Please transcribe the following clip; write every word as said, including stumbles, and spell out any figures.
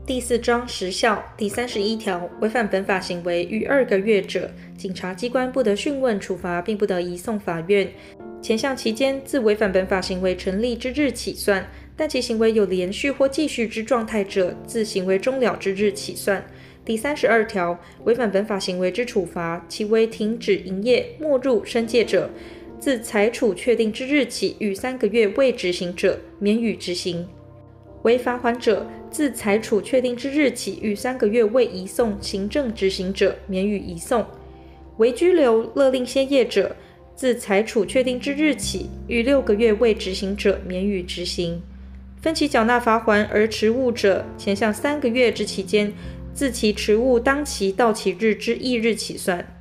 第四章时效第三十一条，违反本法行为逾二个月者，警察机关不得讯问处罚，并不得移送法院。前项期间自违反本法行为成立之日起算，但其行为有连续或继续之状态者，自行为终了之日起算。第三十二条，违反本法行为之处罚，其为停止营业、没入、申诫者，自裁处确定之日起逾三个月未执行者，免予执行；为罚锾者，自裁处确定之日起逾三个月未移送行政执行者，免予移送；为拘留、勒令歇业者，自裁处确定之日起逾六个月未执行者，免予执行。分期缴纳罚锾而迟误者，前项三个月之期间，自其迟误当期到期日之翌日起算。